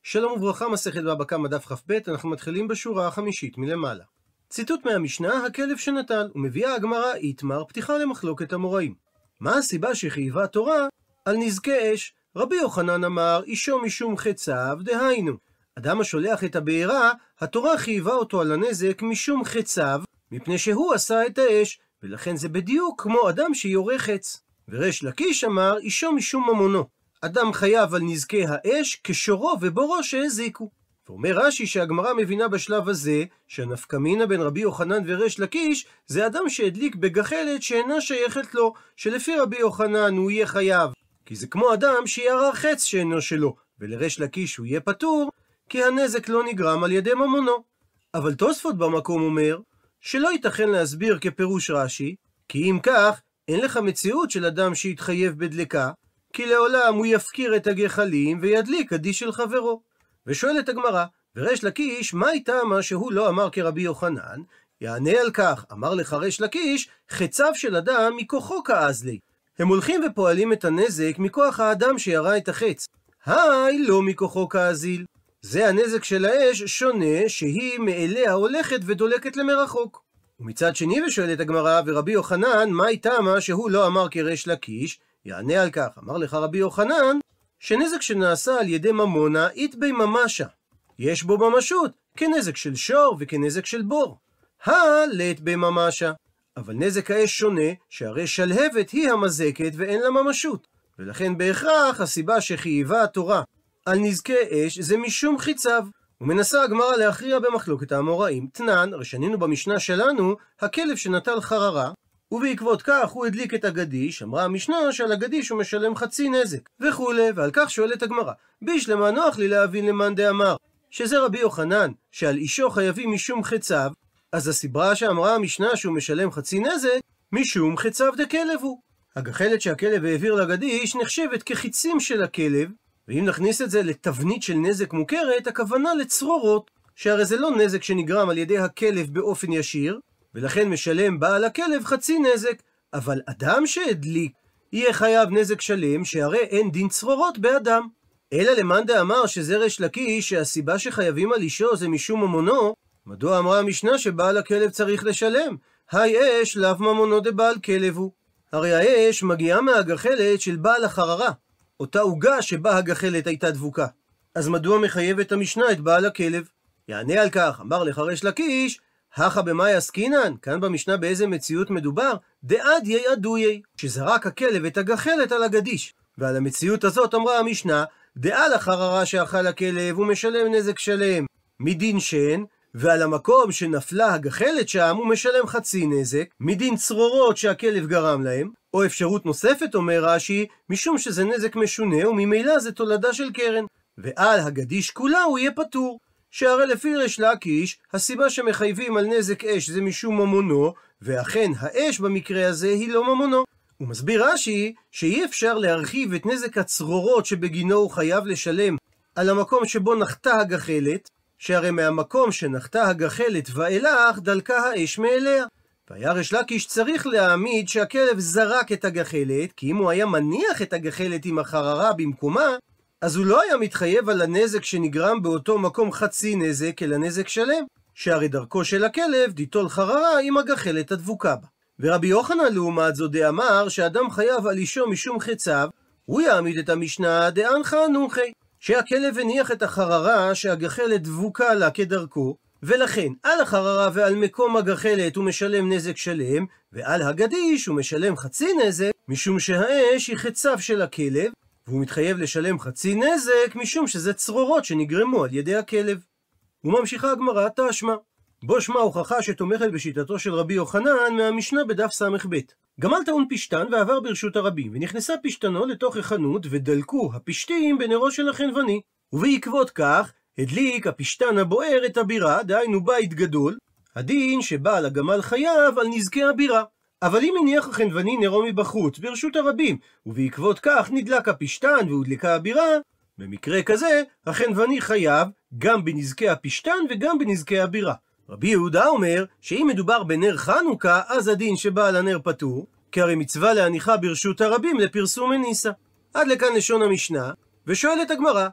שלום וברכה, מסכת בבא קמא דף כ"ב, אנחנו מתחילים בשורה החמישית מלמעלה. ציטוט מהמשנה, הכלב שנטל, ומביאה הגמרא איתמר, פתיחה למחלוקת המוראים. מה הסיבה שחייבה התורה על נזקי אש? רבי יוחנן אמר, אישו משום חציו, דהיינו, אדם השולח את הבעירה, התורה חייבה אותו על הנזק משום חציו, מפני שהוא עשה את האש, ולכן זה בדיוק כמו אדם שיורה חץ. וריש לקיש אמר, אישו משום ממונו, אדם חייב על נזקי האש כשורו ובורו שהזיקו. ואומר רש"י שהגמרא מבינה בשלב הזה שהנפקא מינה בין רבי יוחנן וריש לקיש זה אדם שהדליק בגחלת שאינה שייכת לו, שלפי רבי יוחנן הוא יהיה חייב, כי זה כמו אדם שירה חץ שאינו שלו, ולריש לקיש הוא יהיה פטור, כי הנזק לא נגרם על ידי ממונו. אבל תוספות במקום אומר שלא ייתכן להסביר כפירוש רש"י, כי אם כך אין לך מציאות של אדם שיתחייב בדלקה, כי לעולם הוא יפקיר את הגחלים וידליק קדיש של חברו. ושואלת הגמרא, וריש לקיש, מה הייתה מה שהוא לא אמר כרבי יוחנן? יענה על כך, אמר לך ריש לקיש, חציו של אדם מכוחו כעז לי. הם הולכים ופועלים את הנזק מכוח האדם שירה את החץ. היי, לא מכוחו כעזיל. זה הנזק של האש שונה שהיא מאליה הולכת ודולקת למרחוק. ומצד שני ושואלת הגמרא, ורבי יוחנן, מה הייתה מה שהוא לא אמר כריש לקיש? יענה על כך, אמר לך רבי יוחנן, שנזק שנעשה על ידי ממונה איתבי ממשה, יש בו ממשות, כנזק של שור וכנזק של בור. לית בממשה, אבל נזק האש שונה, שהרי שלהבת היא המזקת ואין לה ממשות, ולכן בהכרח הסיבה שחייבה התורה על נזקי אש זה משום חיציו. ומנסה הגמרא להכריע במחלוקת האמוראים. תנן, רשנינו במשנה שלנו, הכלב שנטל חררה, ובעקבות כך הוא הדליק את הגדיש, אמרה המשנה שעל הגדיש הוא משלם חצי נזק, וכולי, ועל כך שואלת הגמרא, בישלמה נוח לי להבין למאן דאמר, שזה רבי יוחנן, שעל אישו חייבים משום חציו, אז הסיבה שאמרה המשנה שהוא משלם חצי נזק, משום חציו דכלב הוא. הגחלת שהכלב העביר לגדיש נחשבת כחיצים של הכלב, ואם נכניס את זה לתבנית של נזק מוכרת, הכוונה לצרורות, שהרי זה לא נזק שנגרם על ידי הכלב באופן ישיר, ולכן משלם בעל הכלב חצי נזק, אבל אדם שהדליק יהיה חייב נזק שלם, שהרי אין דין צרורות באדם. אלא למאן דאמר שזה ריש לקיש שהסיבה שחייבים על אישו זה משום ממונו, מדוע אמרה המשנה שבעל הכלב צריך לשלם? היי אש לאו ממונו דבעל כלב הוא. הרי האש מגיעה מהגחלת של בעל החררה, אותה עוגה שבה הגחלת הייתה דבוקה. אז מדוע מחייבת המשנה את בעל הכלב? יענה על כך, אמר לך ריש לקיש, הכה במאי עסקינן, כאן במשנה באיזה מציאות מדובר? דעדיה עדויה, שזרק הכלב את הגחלת על הגדיש. ועל המציאות הזאת אמרה המשנה, דעל החררה שאכל הכלב הוא משלם נזק שלם מדין שן, ועל המקום שנפלה הגחלת שם הוא משלם חצי נזק מדין צרורות שהכלב גרם להם. או אפשרות נוספת אומר רש"י, משום שזה נזק משונה וממילא זה תולדה של קרן, ועל הגדיש כולה הוא יהיה פטור. שהרי לפי ריש לקיש, הסיבה שמחייבים על נזק אש זה משום ממונו, ואכן האש במקרה הזה היא לא ממונו. הוא מסביר רש"י שאי אפשר להרחיב את נזק הצרורות שבגינו הוא חייב לשלם על המקום שבו נחתה הגחלת, שהרי מהמקום שנחתה הגחלת ואילך דלקה האש מאליה. והיה ריש לקיש צריך להעמיד שהכלב זרק את הגחלת, כי אם הוא היה מניח את הגחלת עם החררה במקומה, אז הוא לא היה מתחייב על הנזק שנגרם באותו מקום חצי נזק, אלא נזק שלם, שהרי דרכו של הכלב דיטול חררה עם הגחלת הדבוקה בה. ורבי יוחנן לעומת זאת דאמר שאדם חייב על אישו משום חציו, הוא יעמיד את המשנה דאנחה נוחי, שהכלב הניח את החררה שהגחלת דבוקה לה כדרכו, ולכן על החררה ועל מקום הגחלת הוא משלם נזק שלם, ועל הגדיש הוא משלם חצי נזק, משום שהאש היא חציו של הכלב, והוא מתחייב לשלם חצי נזק משום שזה צרורות שנגרמו על ידי הכלב. וממשיכה הגמרא תשמע, בו שמע הוכחה שתומכת בשיטתו של רבי יוחנן מהמשנה בדף ס"ב. גמל טעון פשתן ועבר ברשות הרבים, ונכנסה פשתנו לתוך החנות ודלקו הפשתים בנרו של החנווני, ובעקבות כך הדליק הפשתן הבוער את הבירה, דהיינו בית גדול, הדין שבעל הגמל חייב על נזקי הבירה. אבל אם הניח החנווני נרו מבחוץ ברשות הרבים, ובעקבות כך נדלק הפשתן והודלקה הבירה, במקרה כזה החנווני חייב גם בנזקי הפשתן וגם בנזקי הבירה. רבי יהודה אומר שאם מדובר בנר חנוכה, אז הדין שבעל הנר פטור, כי הרי מצווה להניחה ברשות הרבים לפרסום מניסה. עד לכאן לשון המשנה, ושואלת הגמרא,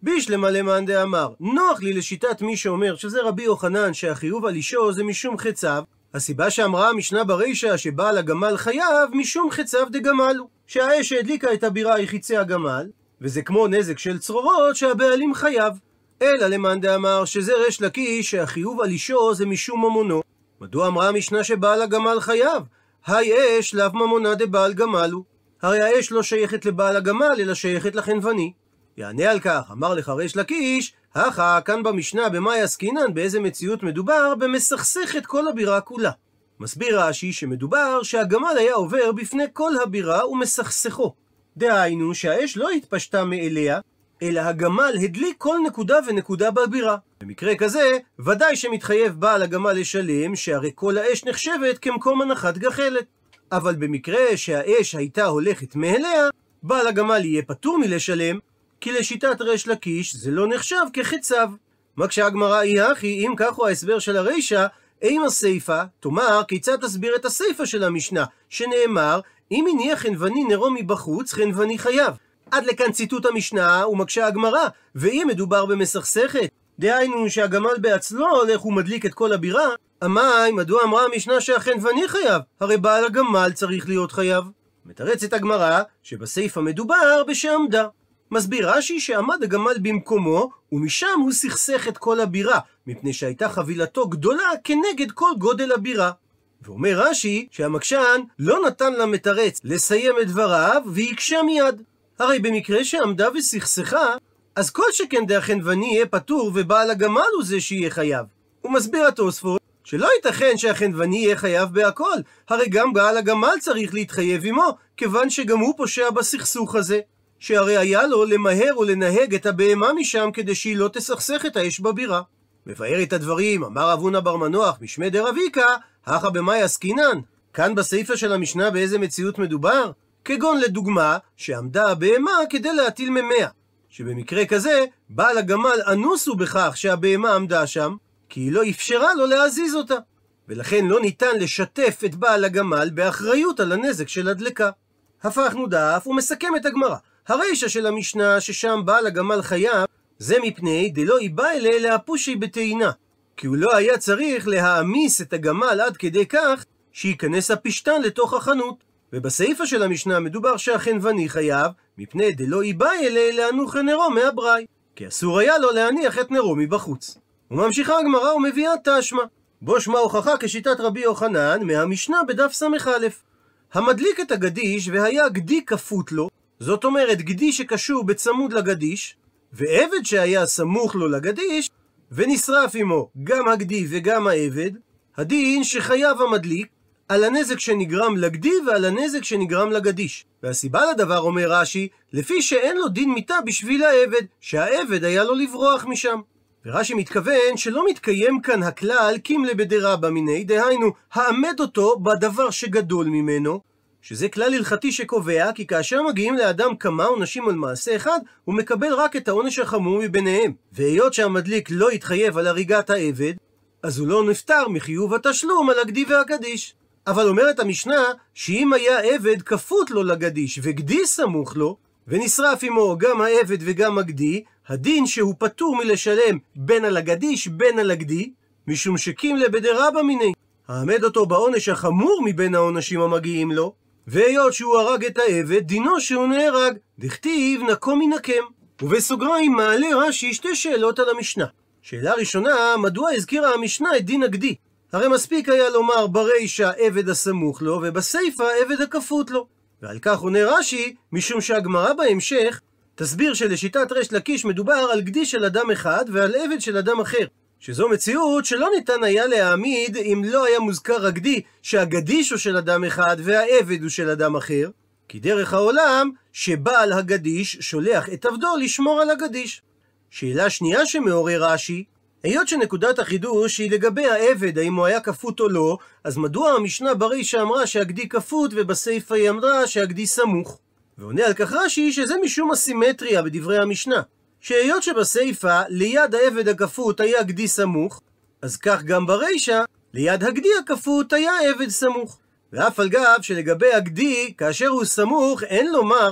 בישלמה למאן דאמר, נוח לי לשיטת מי שאומר שזה רבי יוחנן שהחיוב על אישו זה משום חציו. הסיבה שאמרה המשנה ברישא שבעל הגמל חייב משום חציו דגמלו, שהאש שהדליקה את הבירה היא חיצי הגמל, וזה כמו נזק של צרורות שהבעלים חייב. אלא למאן דאמר שזה ריש לקיש שהחיוב על אישו זה משום ממונו. מדוע אמרה המשנה שבעל הגמל חייב? היי אש לאו ממונה דבעל גמלו, הרי האש לא שייכת לבעל הגמל אלא שייכת לחנווני. יענה על כך, אמר לך ריש לקיש, הכה כאן במשנה במאי עסקינן, באיזה מציאות מדובר? במסכסך את כל הבירה כולה. מסביר רש"י שמדובר שהגמל היה עובר בפני כל הבירה ומסכסכו, דהיינו שהאש לא התפשטה מאליה, אלא הגמל הדליק כל נקודה ונקודה בבירה. במקרה כזה ודאי שמתחייב בעל הגמל לשלם, שהרי כל האש נחשבת כמקום הנחת גחלת. אבל במקרה שהאש הייתה הולכת מאליה, בעל הגמל יהיה פטור מלשלם, כי לשיטת ריש לקיש זה לא נחשב כחציו. מקשה הגמרא אי הכי, אם כך הוא ההסבר של הרישא, אם הסיפא, תאמר כיצד תסביר את הסיפא של המשנה, שנאמר, אם הניח חנווני נרו מבחוץ, חנווני חייב. עד לכאן ציטוט המשנה, ומקשה הגמרא, ואם מדובר במסכסכת, דהיינו שהגמל בעצמו הולך ומדליק את כל הבירה, אמי, מדוע אמרה המשנה שהחנווני חייב? הרי בעל הגמל צריך להיות חייב. מתרצת הגמרא שבסיפא מדובר בשעמדה. מסביר רש"י שעמד הגמל במקומו, ומשם הוא סכסך את כל הבירה, מפני שהייתה חבילתו גדולה כנגד כל גודל הבירה. ואומר רש"י שהמקשן לא נתן למתרץ לסיים את דבריו ויקשה מיד. הרי במקרה שעמדה וסכסכה, אז כל שכן דהחנווני יהיה פטור ובעל הגמל הוא זה שיהיה חייב. הוא מסביר התוספות שלא ייתכן שהחנווני יהיה חייב בהכל, הרי גם בעל הגמל צריך להתחייב עמו, כיוון שגם הוא פושע בסכסוך הזה, שהרי היה לו למהר ולנהג את הבהמה משם כדי שהיא לא תסכסך את האש בבירה. מבאר את הדברים, אמר רב הונא בר מנוח משמי דרביקה, הכה במאי עסקינן. כאן בסעיפה של המשנה באיזה מציאות מדובר? כגון לדוגמה שעמדה הבהמה כדי להטיל ממאה, שבמקרה כזה בעל הגמל אנוס הוא בכך שהבהמה עמדה שם, כי היא לא אפשרה לו להזיז אותה, ולכן לא ניתן לשתף את בעל הגמל באחריות על הנזק של הדלקה. הפכנו דף ומסכם את הגמרא. הרישא של המשנה ששם בעל הגמל חייב, זה מפני דלא איבא אלה להפושי בטעינה, כי הוא לא היה צריך להעמיס את הגמל עד כדי כך שייכנס הפשטן לתוך החנות. ובסעיפה של המשנה מדובר שהחנווני חייב, מפני דלא איבא אלה להנוח נרו מהבראי, כי אסור היה לו להניח את נרו מבחוץ. וממשיכה הגמרא ומביאה תשמע, בו שמע הוכחה כשיטת רבי יוחנן מהמשנה בדף ס"א. המדליק את הגדיש והיה גדי כפות לו, זאת אומרת גדי שקשור בצמוד לגדיש, ועבד שהיה סמוך לו לגדיש, ונשרף עמו גם הגדי וגם העבד, הדין שחייב המדליק על הנזק שנגרם לגדי ועל הנזק שנגרם לגדיש. והסיבה לדבר, אומר רש"י, לפי שאין לו דין מיתה בשביל העבד, שהעבד היה לו לברוח משם. ורש"י מתכוון שלא מתקיים כאן הכלל קימלה בדרבא מיני, דהיינו העמד אותו בדבר שגדול ממנו, שזה כלל הלכתי שקובע כי כאשר מגיעים לאדם כמה עונשים על מעשה אחד, הוא מקבל רק את העונש החמור מביניהם. והיות שהמדליק לא התחייב על הריגת העבד, אז הוא לא נפטר מחיוב התשלום על הגדי והגדיש. אבל אומרת המשנה שאם היה עבד כפות לו לגדיש וגדי סמוך לו, ונשרף עמו גם העבד וגם הגדי, הדין שהוא פטור מלשלם בין על הגדיש בין על הגדי, משום שקימלה בדרבא מיני, העמד אותו בעונש החמור מבין העונשים המגיעים לו, והיות שהוא הרג את העבד, דינו שהוא נהרג, דכתיב נקום ינקם. ובסוגריים מעלה רש"י שתי שאלות על המשנה. שאלה ראשונה, מדוע הזכירה המשנה את דין הגדי? הרי מספיק היה לומר ברישא עבד הסמוך לו, ובסייפא עבד הכפות לו. ועל כך עונה רש"י, משום שהגמרא בהמשך תסביר שלשיטת ריש לקיש מדובר על גדי של אדם אחד ועל עבד של אדם אחר, שזו מציאות שלא ניתן היה להעמיד אם לא היה מוזכר הגדי שהגדיש הוא של אדם אחד והעבד הוא של אדם אחר, כי דרך העולם שבעל הגדיש שולח את עבדו לשמור על הגדיש. שאלה שנייה שמעורר רש"י, היות שנקודת החידוש היא לגבי העבד, האם הוא היה כפות או לא, אז מדוע המשנה ברישא אמרה שהגדי כפות ובסייפא היא אמרה שהגדי סמוך? ועונה על כך רש"י שזה משום הסימטריה בדברי המשנה, שהיות שבסייפא ליד העבד הכפות היה גדי סמוך, אז כך גם ברישא ליד הגדי הכפות היה עבד סמוך. ואף על גב שלגבי הגדי כאשר הוא סמוך אין לומר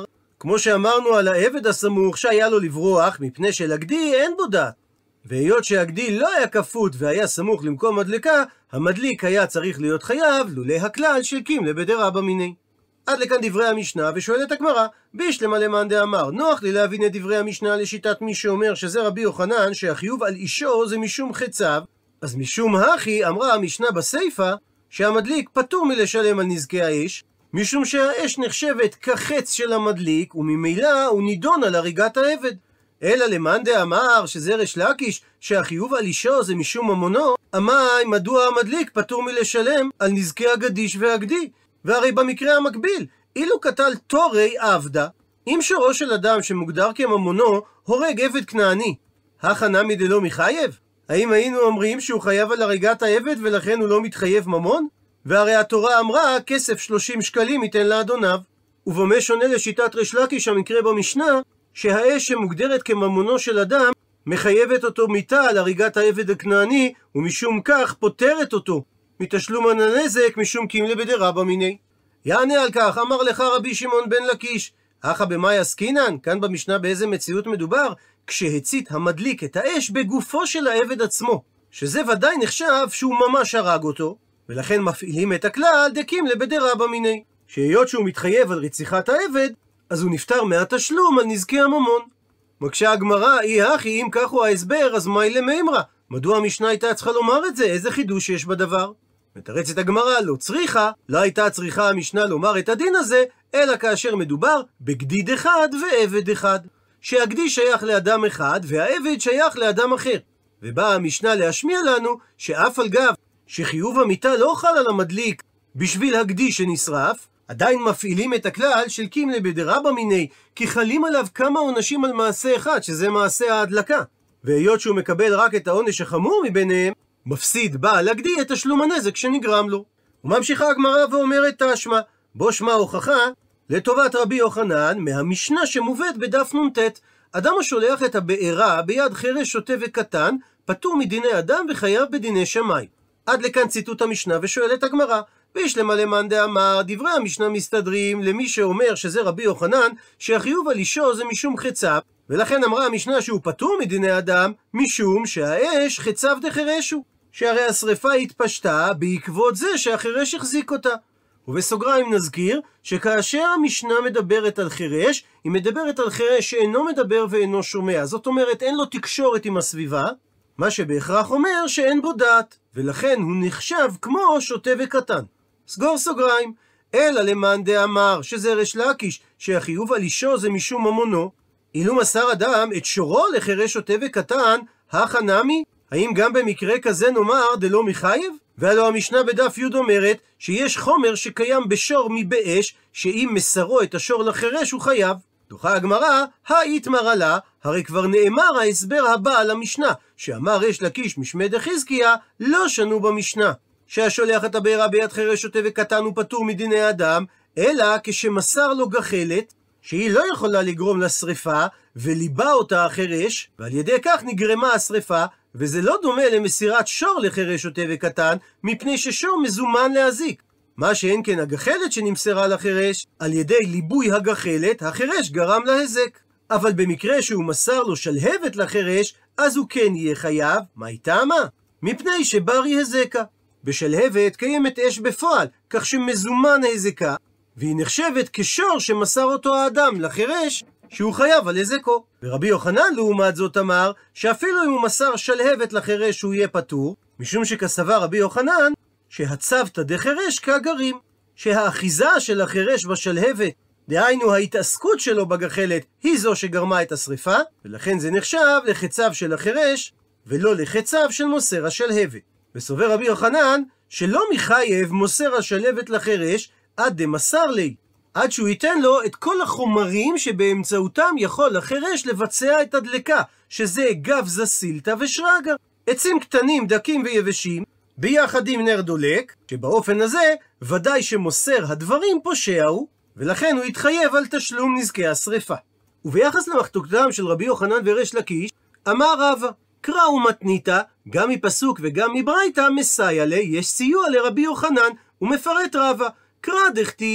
כמו שאמרנו על העבד הסמוך שהיה לו לברוח, מפני שלגדי אין בו דעת. והיות שהגדי לא היה כפות והיה סמוך למקום הדלקה, המדליק היה צריך להיות חייב לולא הכלל של קימלה בדרבא מיניה. עד לכאן דברי המשנה, ושואלת הגמרא, בישלמה למאן דאמר, נוח לי להבין את דברי המשנה לשיטת מי שאומר שזה רבי יוחנן שהחיוב על אישו זה משום חציו, אז משום הכי אמרה המשנה בסיפא שהמדליק פטור מלשלם על נזקי האש, משום שהאש נחשבת כחץ של המדליק, וממילא הוא נידון על הריגת העבד. אלא למאן דאמר שזה ריש לקיש שהחיוב על אישו זה משום ממונו, אמר מדוע המדליק פטור מלשלם על נזקי הגדיש והגדי? והרי במקרה המקביל, אילו קטל תורי עבדה, אם שורו של אדם שמוגדר כממונו הורג עבד כנעני, הכא נמי דלא מחייב? האם היינו אומרים שהוא חייב על הריגת העבד ולכן הוא לא מתחייב ממון? והרי התורה אמרה כסף 30 שקלים ייתן לאדוניו. ובמה שונה לשיטת ריש לקיש המקרה במשנה, שהאש שמוגדרת כממונו של אדם מחייבת אותו מיתה על הריגת העבד הכנעני, ומשום כך פותרת אותו מתשלום על הנזק משום קימלה בדרבא מיניה. יענה על כך, אמר לך רבי שמעון בן לקיש, הכא במאי עסקינן? כאן במשנה באיזה מציאות מדובר? כשהצית המדליק את האש בגופו של העבד עצמו, שזה ודאי נחשב שהוא ממש הרג אותו, ולכן מפעילים את הכלל דקימלה בדרבא מיניה, שהיות שהוא מתחייב על רציחת העבד, אז הוא נפטר מהתשלום על נזקי הממון. מקשה הגמרא, אי הכי, אם כך הוא ההסבר, אז מאי למימרא? מדוע המשנה הייתה צריכה לומר את זה? איזה חידוש יש בדבר? מתרצת הגמרא, לא צריכה, לא הייתה צריכה המשנה לומר את הדין הזה, אלא כאשר מדובר בגדיד אחד ועבד אחד, שהגדי שייך לאדם אחד והעבד שייך לאדם אחר. ובאה המשנה להשמיע לנו שאף על גב שחיוב המיתה לא חל על המדליק בשביל הגדי שנשרף, עדיין מפעילים את הכלל של קימלה בדרבא מיניה, כי חלים עליו כמה עונשים על מעשה אחד, שזה מעשה ההדלקה. והיות שהוא מקבל רק את העונש החמור מביניהם, מפסיד בעל הגדי את תשלום הנזק שנגרם לו. וממשיכה הגמרא ואומרת תשמע, בו שמע הוכחה לטובת רבי יוחנן מהמשנה שמובאת בדף נ"ט, אדם השולח את הבעירה ביד חרש שוטה וקטן, פטור מדיני אדם וחייב בדיני שמיים. עד לכאן ציטוט המשנה, ושואלת הגמרא, בישלמה למאן דאמר, דברי המשנה מסתדרים למי שאומר שזה רבי יוחנן שהחיוב על אישו זה משום חציו, ולכן אמרה המשנה שהוא פטור מדיני אדם משום שהאש חציו דחרשו, שהרי השריפה התפשטה בעקבות זה שהחרש החזיק אותה. ובסוגריים נזכיר שכאשר המשנה מדברת על חרש, היא מדברת על חרש שאינו מדבר ואינו שומע, זאת אומרת אין לו תקשורת עם הסביבה, מה שבהכרח אומר שאין בו דעת, ולכן הוא נחשב כמו שוטה וקטן. סגור סוגריים, אלא למאן דאמר שזה ריש לקיש שהחיוב על אישו זה משום ממונו, אילו מסר אדם את שורו לחרש שוטה וקטן, הכא נמי? האם גם במקרה כזה נאמר דלא מחייב? והלוא המשנה בדף י' אומרת שיש חומר שקיים בשור מבאש, שאם מסרו את השור לחרש הוא חייב. דוחה הגמרא, האיתמר לה, הרי כבר נאמר ההסבר הבא על המשנה, שאמר ריש לקיש משמי דחזקיה, לא שנו במשנה, שהשולח את הבעירה ביד חרש שוטה וקטן הוא פטור מדיני אדם, אלא כשמסר לו גחלת, שהיא לא יכולה לגרום לשריפה, וליבה אותה החרש, ועל ידי כך נגרמה השריפה, וזה לא דומה למסירת שור לחרש שוטה וקטן, מפני ששור מזומן להזיק. מה שאין כן הגחלת שנמסרה לחרש, על ידי ליבוי הגחלת, החרש גרם להזק. אבל במקרה שהוא מסר לו שלהבת לחרש, אז הוא כן יהיה חייב. מה איתה מה? מפני שברי הזקה. בשלהבת קיימת אש בפועל, כך שמזומן הזקה, והיא נחשבת כשור שמסר אותו האדם לחרש, שהוא חייב על הזקו. ורבי יוחנן לעומת זאת אמר, שאפילו אם הוא מסר שלהבת לחרש הוא יהיה פטור, משום שכסבר רבי יוחנן, שהצוותא דחרש כגרים, שהאחיזה של החרש בשלהבת, דהיינו ההתעסקות שלו בגחלת, היא זו שגרמה את השריפה, ולכן זה נחשב לחציו של החרש, ולא לחציו של מוסר השלהבת. וסובר רבי יוחנן, שלא מחייב מוסר השלהבת לחרש, עד דמסר לי, עד שהוא ייתן לו את כל החומרים שבאמצעותם יכול החרש לבצע את הדלקה, שזה גב זסילתא ושרגא, עצים קטנים, דקים ויבשים, ביחד עם נר דולק, שבאופן הזה ודאי שמוסר הדברים פושע הוא, ולכן הוא יתחייב על תשלום נזקי השריפה. וביחס למחלוקתם של רבי יוחנן וריש לקיש, אמר רבא, קרא ומתניתא, גם מפסוק וגם מברייתא מסייע לי, יש סיוע לרבי יוחנן, ומפרט רבא, קרא דכתיב,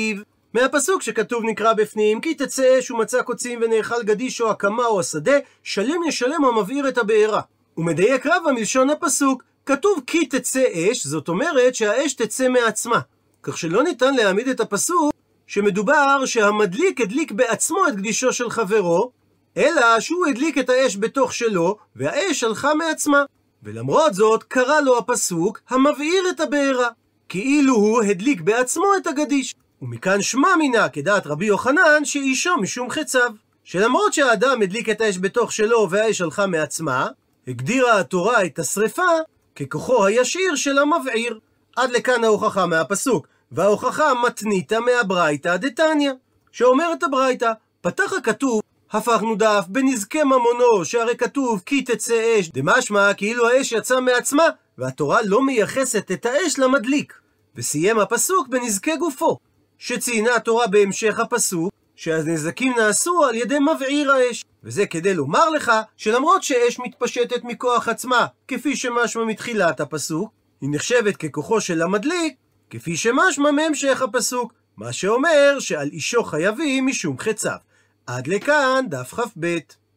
מהפסוק שכתוב נקרא בפנים, כי תצא אש ומצא קוצים ונאכל גדיש או הקמה או השדה, שלם ישלם המבעיר את הבארה. ומדייק רבא מלשון הפסוק, כתוב כי תצא אש, זאת אומרת שהאש תצא מעצמה. כך שלא ניתן להעמיד את הפסוק שמדובר שהמדליק הדליק בעצמו את קדישו של חברו, אלא שהוא הדליק את האש בתוך שלו, והאש הלכה מעצמה. ולמרות זאת קרא לו הפסוק המבעיר את הבארה, כאילו הוא הדליק בעצמו את הגדיש. ומכאן שמע מינה כדעת רבי יוחנן שאישו משום חציו, שלמרות שהאדם הדליק את האש בתוך שלו והאש הלכה מעצמה, הגדירה התורה את השריפה ככוחו הישיר של המבעיר. עד לכאן ההוכחה מהפסוק, וההוכחה מתניתא מהברייתא דתניא, שאומרת הברייתא, פתח הכתוב הפכנו דף בנזקי ממונו, שהרי כתוב כי תצא אש, דמשמע כאילו האש יצאה מעצמה, והתורה לא מייחסת את האש למדליק. וסיים הפסוק בנזקי גופו, שציינה התורה בהמשך הפסוק שהנזקים נעשו על ידי מבעיר האש. וזה כדי לומר לך שלמרות שאש מתפשטת מכוח עצמה, כפי שמשמע מתחילת הפסוק, היא נחשבת ככוחו של המדליק, כפי שמשמע מהמשך הפסוק, מה שאומר שעל אישו חייבים משום חציו. עד לכאן דף כ"ב.